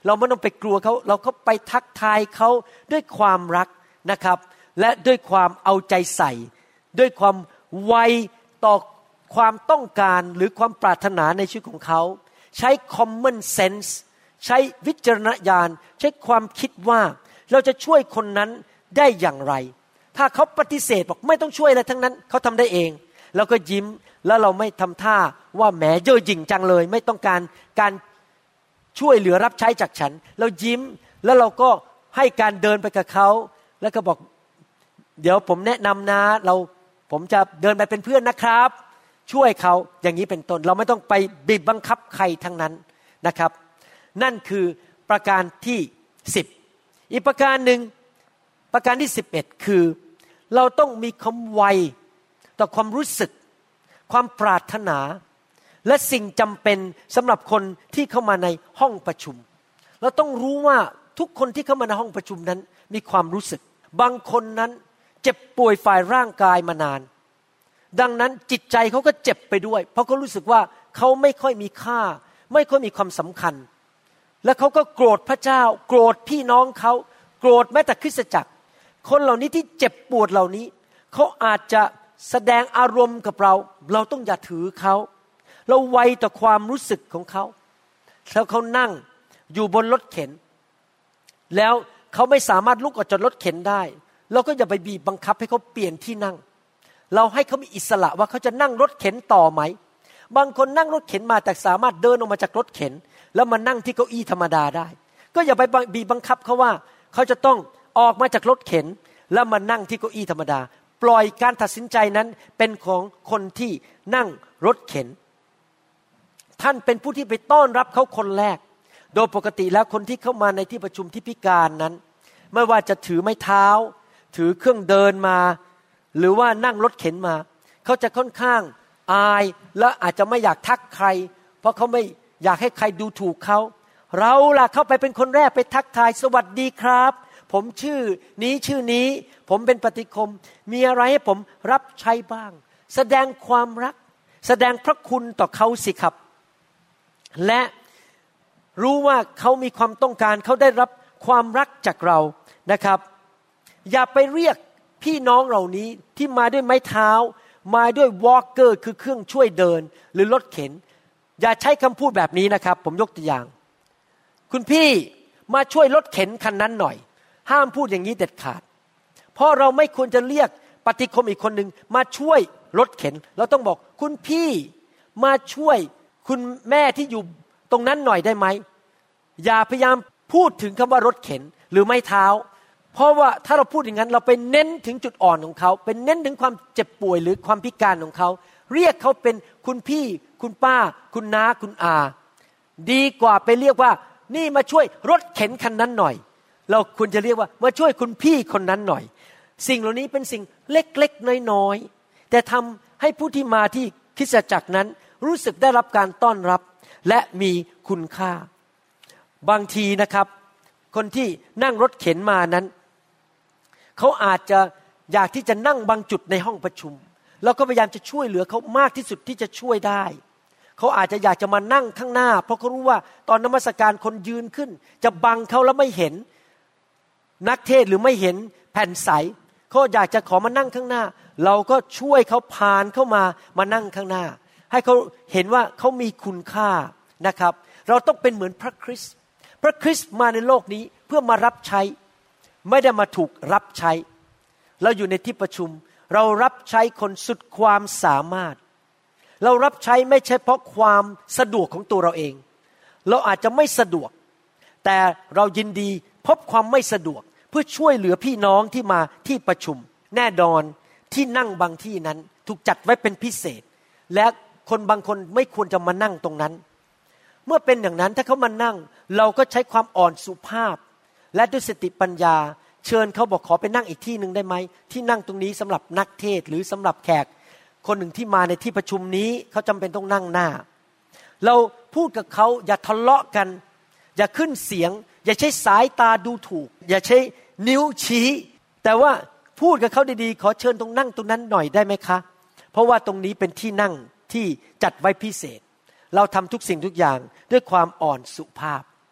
เราไม่ต้องไปกลัวเขาเราก็ไปทักทายเขาด้วยความรักนะครับและด้วยความเอาใจใส่ด้วยความไวต่อความต้องการหรือความปรารถนาในชีวิตของเขาใช้ common sense ใช้วิจารณญาณใช้ความคิดว่าเราจะช่วยคนนั้นได้อย่างไรถ้าเขาปฏิเสธบอกไม่ต้องช่วยอะไรทั้งนั้นเขาทำได้เองเราก็ยิ้มแล้วเราไม่ทำท่าว่าแหมเย่อหยิ่งจังเลยไม่ต้องการการช่วยเหลือรับใช้จากฉันเรายิ้มแล้วเราก็ให้การเดินไปกับเขาแล้วก็บอกเดี๋ยวผมแนะนำนะเราผมจะเดินไปเป็นเพื่อนนะครับช่วยเขาอย่างนี้เป็นต้นเราไม่ต้องไปบีบบังคับใครทั้งนั้นนะครับนั่นคือประการที่สิบอีกประการหนึ่งประการที่สิบเอ็ดคือเราต้องมีความไวต่อความรู้สึกความปรารถนาและสิ่งจำเป็นสำหรับคนที่เข้ามาในห้องประชุมเราต้องรู้ว่าทุกคนที่เข้ามาในห้องประชุมนั้นมีความรู้สึกบางคนนั้นเจ็บป่วยฝ่ายร่างกายมานานดังนั้นจิตใจเขาก็เจ็บไปด้วยเพราะเขารู้สึกว่าเขาไม่ค่อยมีค่าไม่ค่อยมีความสำคัญและเขาก็โกรธพระเจ้าโกรธพี่น้องเขาโกรธแม้แต่คริสตจักรคนเหล่านี้ที่เจ็บปวดเหล่านี้เขาอาจจะแสดงอารมณ์กับเราเราต้องอย่าถือเขาเราไวต่อความรู้สึกของเขาแล้วเขานั่งอยู่บนรถเข็นแล้วเขาไม่สามารถลุกออกจากรถเข็นได้เราก็อย่าไปบีบบังคับให้เขาเปลี่ยนที่นั่งเราให้เขามีอิสระว่าเขาจะนั่งรถเข็นต่อไหมบางคนนั่งรถเข็นมาแต่สามารถเดินออกมาจากรถเข็นแล้วมานั่งที่เก้าอี้ธรรมดาได้ก็อย่าไปบีบบังคับเขาว่าเขาจะต้องออกมาจากรถเข็นแล้วมานั่งที่เก้าอี้ธรรมดาปล่อยการตัดสินใจนั้นเป็นของคนที่นั่งรถเข็นท่านเป็นผู้ที่ไปต้อนรับเขาคนแรกโดยปกติแล้วคนที่เข้ามาในที่ประชุมที่พิการนั้นไม่ว่าจะถือไม้เท้าถือเครื่องเดินมาหรือว่านั่งรถเข็นมาเขาจะค่อนข้างอายและอาจจะไม่อยากทักใครเพราะเขาไม่อยากให้ใครดูถูกเขาเราล่ะเข้าไปเป็นคนแรกไปทักทายสวัสดีครับผมชื่อนี้ชื่อนี้ผมเป็นปฏิคมมีอะไรให้ผมรับใช้บ้างแสดงความรักแสดงพระคุณต่อเขาสิครับและรู้ว่าเขามีความต้องการเขาได้รับความรักจากเรานะครับอย่าไปเรียกพี่น้องเหล่านี้ที่มาด้วยไม้เท้ามาด้วยวอล์กเกอร์คือเครื่องช่วยเดินหรือรถเข็นอย่าใช้คำพูดแบบนี้นะครับผมยกตัวอย่างคุณพี่มาช่วยรถเข็นคันนั้นหน่อยห้ามพูดอย่างนี้เด็ดขาดเพราะเราไม่ควรจะเรียกปฏิคมอีกคนหนึ่งมาช่วยรถเข็นเราต้องบอกคุณพี่มาช่วยคุณแม่ที่อยู่ตรงนั้นหน่อยได้ไหมอย่าพยายามพูดถึงคำว่ารถเข็นหรือไม้เท้าเพราะว่าถ้าเราพูดอย่างนั้นเราไปเน้นถึงจุดอ่อนของเขาเป็นเน้นถึงความเจ็บป่วยหรือความพิการของเขาเรียกเขาเป็นคุณพี่คุณป้าคุณน้าคุณอาดีกว่าไปเรียกว่านี่มาช่วยรถเข็นคันนั้นหน่อยเราควรจะเรียกว่ามาช่วยคุณพี่คนนั้นหน่อยสิ่งเหล่านี้เป็นสิ่งเล็กๆน้อยๆแต่ทำให้ผู้ที่มาที่คริสตจักรนั้นรู้สึกได้รับการต้อนรับและมีคุณค่าบางทีนะครับคนที่นั่งรถเข็นมานั้นเขาอาจจะอยากที่จะนั่งบางจุดในห้องประชุมเราก็พยายามจะช่วยเหลือเขามากที่สุดที่จะช่วยได้เขาอาจจะอยากจะมานั่งข้างหน้าเพราะเขารู้ว่าตอนนมัสการคนยืนขึ้นจะบังเขาแล้วไม่เห็นนักเทศหรือไม่เห็นแผ่นใสเขาอยากจะขอมานั่งข้างหน้าเราก็ช่วยเขาพานเข้ามามานั่งข้างหน้าให้เขาเห็นว่าเขามีคุณค่านะครับเราต้องเป็นเหมือนพระคริสต์พระคริสต์มาในโลกนี้เพื่อมารับใช้ไม่ได้มาถูกรับใช้เราอยู่ในที่ประชุมเรารับใช้คนสุดความสามารถเรารับใช้ไม่ใช่เพราะความสะดวกของตัวเราเองเราอาจจะไม่สะดวกแต่เรายินดีพบความไม่สะดวกเพื่อช่วยเหลือพี่น้องที่มาที่ประชุมแน่นอนที่นั่งบางที่นั้นถูกจัดไว้เป็นพิเศษและคนบางคนไม่ควรจะมานั่งตรงนั้นเมื่อเป็นอย่างนั้นถ้าเขามานั่งเราก็ใช้ความอ่อนสุภาพและด้วยสติปัญญาเชิญเขาบอกขอไปนั่งอีกที่นึงได้ไหมที่นั่งตรงนี้สำหรับนักเทศหรือสำหรับแขกคนหนึ่งที่มาในที่ประชุมนี้เขาจำเป็นต้องนั่งหน้าเราพูดกับเขาอย่าทะเลาะกันอย่าขึ้นเสียงอย่าใช้สายตาดูถูกอย่าใช้นิ้วชี้แต่ว่าพูดกับเขาดีๆขอเชิญตรงนั่งตรงนั้นหน่อยได้ไหมคะเพราะว่าตรงนี้เป็นที่นั่งที่จัดไว้พิเศษเราทำทุกสิ่งทุกอย่างด้วยความอ่อนสุภาพ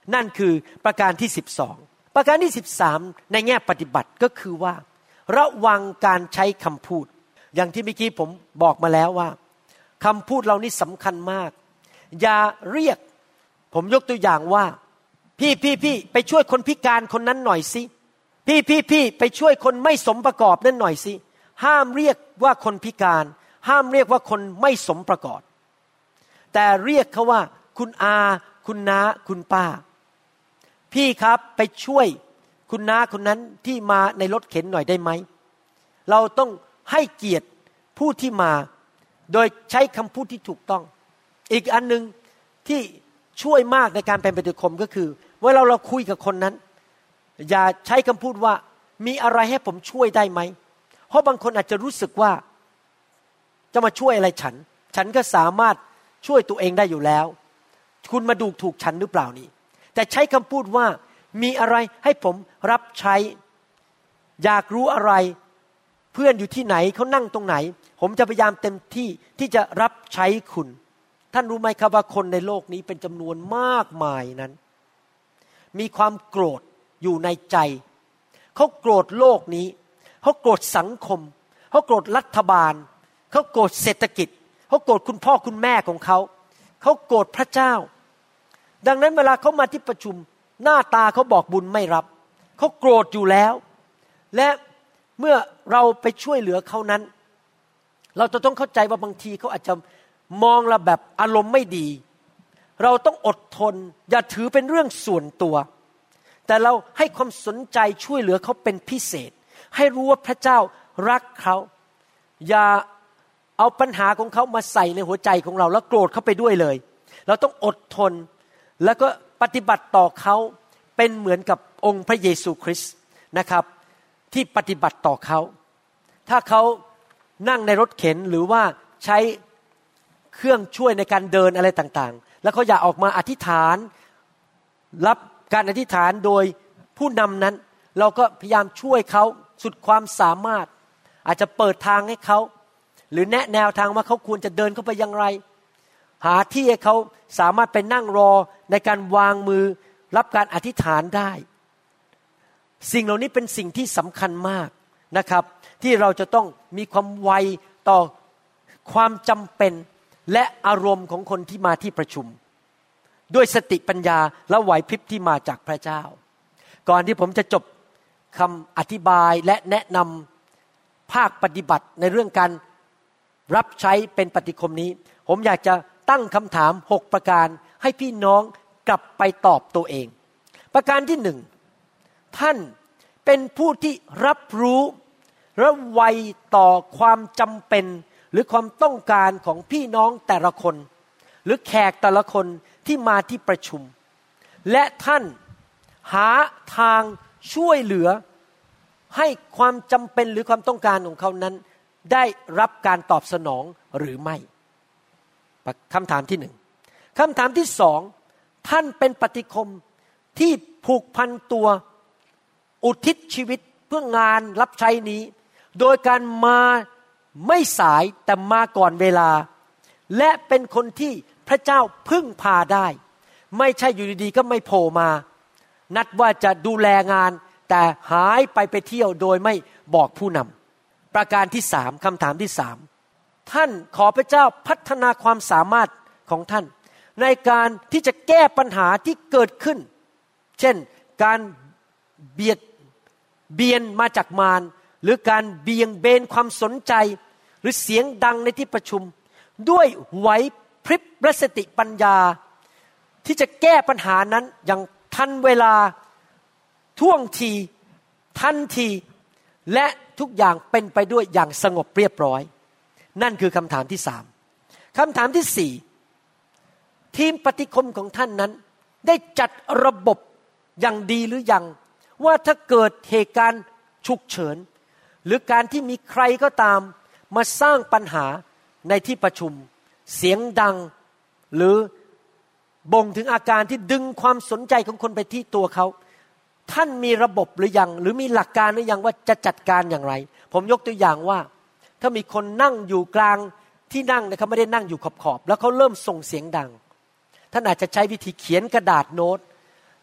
นั่นคือประการที่สิบสองประการที่สิบสามในแง่ปฏิบัติก็คือว่าระวังการใช้คำพูดอย่างที่เมื่อกี้ผมบอกมาแล้วว่าคำพูดเรานี่สำคัญมากอย่าเรียกผมยกตัวอย่างว่าพี่พี่พี่ไปช่วยคนพิการคนนั้นหน่อยสิพี่พี่พี่ไปช่วยคนไม่สมประกอบนั่นหน่อยสิห้ามเรียกว่าคนพิการห้ามเรียกว่าคนไม่สมประกอบแต่เรียกเขาว่าคุณอาคุณน้าคุณป้าพี่ครับไปช่วยคุณน้าคนนั้นที่มาในรถเข็นหน่อยได้ไหมเราต้องให้เกียรติผู้ที่มาโดยใช้คำพูดที่ถูกต้องอีกอันนึงที่ช่วยมากในการเป็นปฏิคมก็คือเวลาเราคุยกับคนนั้นอย่าใช้คำพูดว่ามีอะไรให้ผมช่วยได้ไหมเพราะบางคนอาจจะรู้สึกว่าจะมาช่วยอะไรฉันฉันก็สามารถช่วยตัวเองได้อยู่แล้วคุณมาดูถูกฉันหรือเปล่านี่แต่ใช้คำพูดว่ามีอะไรให้ผมรับใช้อยากรู้อะไรเพื่อนอยู่ที่ไหนเขานั่งตรงไหนผมจะพยายามเต็มที่ที่จะรับใช้คุณท่านรู้ไหมครับว่าคนในโลกนี้เป็นจำนวนมากมายนั้นมีความโกรธอยู่ในใจเขาโกรธโลกนี้เขาโกรธสังคมเขาโกรธรัฐบาลเขาโกรธเศรษฐกิจเขาโกรธคุณพ่อคุณแม่ของเขาเขาโกรธพระเจ้าดังนั้นเวลาเขามาที่ประชุมหน้าตาเขาบอกบุญไม่รับเขาโกรธอยู่แล้วและเมื่อเราไปช่วยเหลือเขานั้นเราจะต้องเข้าใจว่าบางทีเขาอาจจะมองเราแบบอารมณ์ไม่ดีเราต้องอดทนอย่าถือเป็นเรื่องส่วนตัวแต่เราให้ความสนใจช่วยเหลือเขาเป็นพิเศษให้รู้ว่าพระเจ้ารักเขาอย่าเอาปัญหาของเขามาใส่ในหัวใจของเราแล้วโกรธเขาไปด้วยเลยเราต้องอดทนแล้วก็ปฏิบัติต่อเขาเป็นเหมือนกับองค์พระเยซูคริสต์นะครับที่ปฏิบัติต่อเขาถ้าเขานั่งในรถเข็นหรือว่าใช้เครื่องช่วยในการเดินอะไรต่างๆแล้วเขาอยากออกมาอธิษฐานรับการอธิษฐานโดยผู้นำนั้นเราก็พยายามช่วยเขาสุดความสามารถอาจจะเปิดทางให้เขาหรือแนะแนวทางว่าเขาควรจะเดินเข้าไปอย่างไรหาที่ให้เขาสามารถไปนั่งรอในการวางมือรับการอธิษฐานได้สิ่งเหล่านี้เป็นสิ่งที่สำคัญมากนะครับที่เราจะต้องมีความไวต่อความจำเป็นและอารมณ์ของคนที่มาที่ประชุมด้วยสติปัญญาและไหวพริบที่มาจากพระเจ้าก่อนที่ผมจะจบคำอธิบายและแนะนำภาคปฏิบัติในเรื่องการรับใช้เป็นปฏิคมนี้ผมอยากจะตั้งคำถามหกประการให้พี่น้องกลับไปตอบตัวเองประการที่หนึ่งท่านเป็นผู้ที่รับรู้และไวต่อความจำเป็นหรือความต้องการของพี่น้องแต่ละคนหรือแขกแต่ละคนที่มาที่ประชุมและท่านหาทางช่วยเหลือให้ความจำเป็นหรือความต้องการของเขานั้นได้รับการตอบสนองหรือไม่คำถามที่หนึ่งคำถามที่สองท่านเป็นปฏิคมที่ผูกพันตัวอุทิศชีวิตเพื่องานรับใช้นี้โดยการมาไม่สายแต่มาก่อนเวลาและเป็นคนที่พระเจ้าพึ่งพาได้ไม่ใช่อยู่ดีๆก็ไม่โผล่มานัดว่าจะดูแลงานแต่หายไปไปเที่ยวโดยไม่บอกผู้นำประการที่สามคำถามที่สามท่านขอพระเจ้าพัฒนาความสามารถของท่านในการที่จะแก้ปัญหาที่เกิดขึ้นเช่นการเบียดเบียนมาจากมารหรือการเบี่ยงเบนความสนใจหรือเสียงดังในที่ประชุมด้วยไหวพริบและสติปัญญาที่จะแก้ปัญหานั้นอย่างทันเวลาท่วงทีทันทีและทุกอย่างเป็นไปด้วยอย่างสงบเรียบร้อยนั่นคือคำถามที่สามคำถามที่สี่ทีมปฏิคมของท่านนั้นได้จัดระบบอย่างดีหรือยังว่าถ้าเกิดเหตุการณ์ฉุกเฉินหรือการที่มีใครก็ตามมาสร้างปัญหาในที่ประชุมเสียงดังหรือบ่งถึงอาการที่ดึงความสนใจของคนไปที่ตัวเขาท่านมีระบบหรือยังหรือมีหลักการหรือยังว่าจะจัดการอย่างไรผมยกตัวอย่างว่าถ้ามีคนนั่งอยู่กลางที่นั่งนะครับไม่ได้นั่งอยู่ขอบๆแล้วเขาเริ่มส่งเสียงดังท่านอาจจะใช้วิธีเขียนกระดาษโน้ต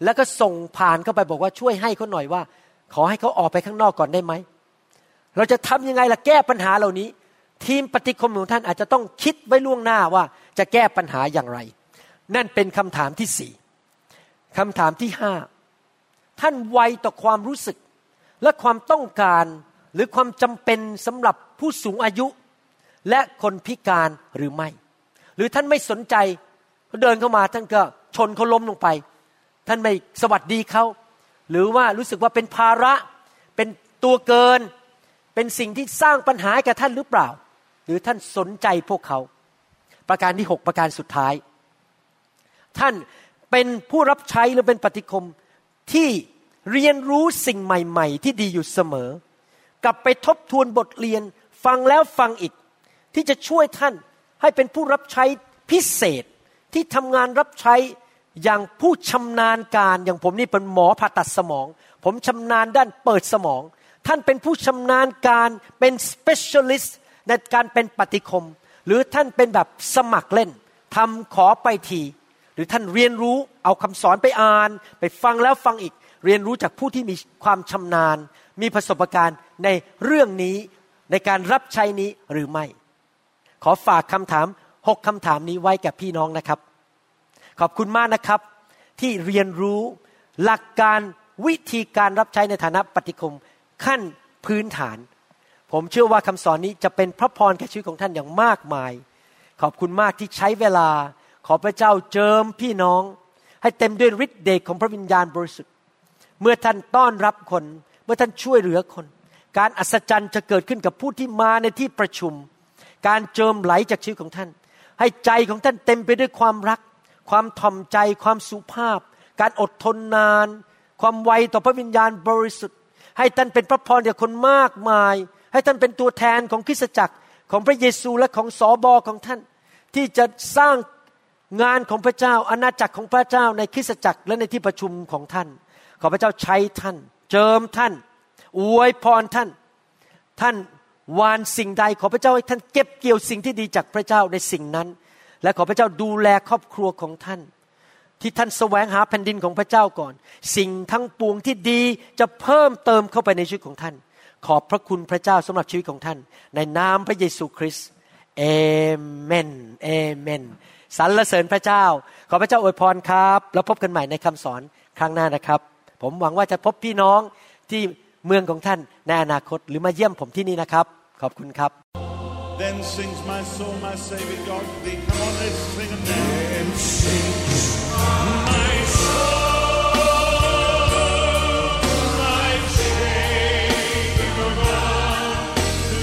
แล้วก็ส่งผ่านเข้าไปบอกว่าช่วยให้เขาหน่อยว่าขอให้เขาออกไปข้างนอกก่อนได้ไหมเราจะทำยังไงล่ะแก้ปัญหาเหล่านี้ทีมปฏิคมของท่านอาจจะต้องคิดไว้ล่วงหน้าว่าจะแก้ปัญหาอย่างไรนั่นเป็นคำถามที่สี่คำถามที่ห้าท่านไวต่อความรู้สึกและความต้องการหรือความจำเป็นสำหรับผู้สูงอายุและคนพิการหรือไม่หรือท่านไม่สนใจเขาเดินเข้ามาท่านก็ชนเขาล้มลงไปท่านไม่สวัสดีเขาหรือว่ารู้สึกว่าเป็นภาระเป็นตัวเกินเป็นสิ่งที่สร้างปัญหาให้กับท่านหรือเปล่าหรือท่านสนใจพวกเขาประการที่หกประการสุดท้ายท่านเป็นผู้รับใช้หรือเป็นปฏิคมที่เรียนรู้สิ่งใหม่ๆที่ดีอยู่เสมอกลับไปทบทวนบทเรียนฟังแล้วฟังอีกที่จะช่วยท่านให้เป็นผู้รับใช้พิเศษที่ทำงานรับใช้อย่างผู้ชำนาญการอย่างผมนี่เป็นหมอผ่าตัดสมองผมชำนาญด้านเปิดสมองท่านเป็นผู้ชำนาญการเป็น specialist ในการเป็นปฏิคมหรือท่านเป็นแบบสมัครเล่นทำขอไปทีหรือท่านเรียนรู้เอาคำสอนไปอ่านไปฟังแล้วฟังอีกเรียนรู้จากผู้ที่มีความชำนาญมีประสบการณ์ในเรื่องนี้ในการรับใช้นี้หรือไม่ขอฝากคำถามหกคำถามนี้ไว้แก่พี่น้องนะครับขอบคุณมากนะครับที่เรียนรู้หลักการวิธีการรับใช้ในฐานะปฏิคมขั้นพื้นฐานผมเชื่อว่าคำสอนนี้จะเป็นพระพรแก่ชีวิตของท่านอย่างมากมายขอบคุณมากที่ใช้เวลาขอพระเจ้าเจิมพี่น้องให้เต็มด้วยฤทธิ์เดชของพระวิญญาณบริสุทธิ์เมื่อท่านต้อนรับคนเมื่อท่านช่วยเหลือคนการอัศจรรย์จะเกิดขึ้นกับผู้ที่มาในที่ประชุมการเจิมไหลจากชีวิตของท่านให้ใจของท่านเต็มไปด้วยความรักความถ่อมใจความสุภาพการอดทนนานความไวต่อพระวิญญาณบริสุทธิ์ให้ท่านเป็นพระพรแก่คนมากมายให้ท่านเป็นตัวแทนของคริสตจักรของพระเยซูและของสบของท่านที่จะสร้างงานของพระเจ้าอาณาจักรของพระเจ้าในคริสตจักรและในที่ประชุมของท่านขอพระเจ้าใช้ท่านเจิมท่านอวยพรท่านท่านหว่านสิ่งใดขอพระเจ้าให้ท่านเก็บเกี่ยวสิ่งที่ดีจากพระเจ้าในสิ่งนั้นและขอพระเจ้าดูแลครอบครัวของท่านที่ท่านแสวงหาแผ่นดินของพระเจ้าก่อนสิ่งทั้งปวงที่ดีจะเพิ่มเติมเข้าไปในชีวิตของท่านขอบพระคุณพระเจ้าสำหรับชีวิตของท่านในนามพระเยซูคริสต์เอเมนเอเมนสรรเสริญพระเจ้าขอพระเจ้าอวยพรครับแล้วพบกันใหม่ในคำสอนครั้งหน้านะครับผมหวังว่าจะพบพี่น้องที่เมืองของท่านในอนาคตหรือมาเยี่ยมผมที่นี่นะครับขอบคุณครับ Then sings my soul, my Savior God to thee. Come on, let's sing it now. Then sings my soul, my Savior God to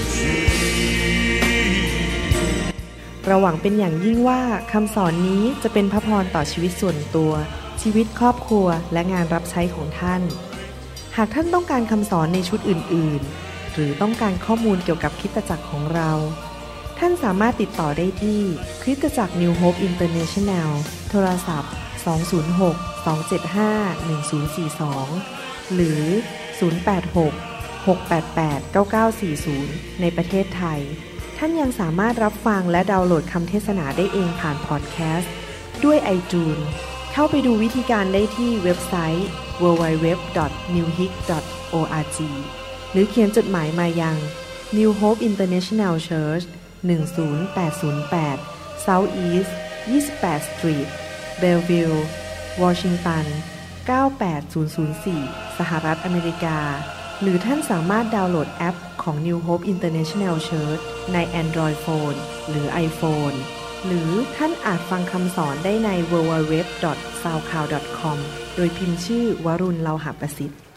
thee. เราหวังเป็นอย่างยิ่งว่าคำสอนนี้จะเป็นพระพรต่อชีวิตส่วนตัวชีวิตครอบครัวและงานรับใช้ของท่านหากท่านต้องการคำสอนในชุดอื่นๆหรือต้องการข้อมูลเกี่ยวกับคริสตจักรของเราท่านสามารถติดต่อได้ที่คริสตจักร New Hope International โทรศัพท์สอง ศูนย์ หก สอง เจ็ด ห้า หนึ่ง ศูนย์ สี่ สองหรือศูนย์ แปด หก หก แปด แปด เก้า เก้า สี่ ศูนย์ในประเทศไทยท่านยังสามารถรับฟังและดาวน์โหลดคำเทศนาได้เองผ่านพอดแคสต์ด้วย iTunes เข้าไปดูวิธีการได้ที่เว็บไซต์ ดับเบิลยู ดับเบิลยู ดับเบิลยู ดอท นิว โฮป ดอท ออร์ก หรือเขียนจดหมายมายัง New Hope International Church หนึ่ง ศูนย์ แปด ศูนย์ แปด South East ยี่สิบแปด Street Bellevue Washington เก้า แปด ศูนย์ ศูนย์ สี่ สหรัฐอเมริกาหรือท่านสามารถดาวน์โหลดแอปของ New Hope International Church ใน Android Phone หรือ iPhone หรือท่านอาจฟังคำสอนได้ใน ดับเบิลยู ดับเบิลยู ดับเบิลยู ดอท ซาวด์คลาวด์ ดอท คอม โดยพิมพ์ชื่อวรุณ เลาหะประสิทธิ์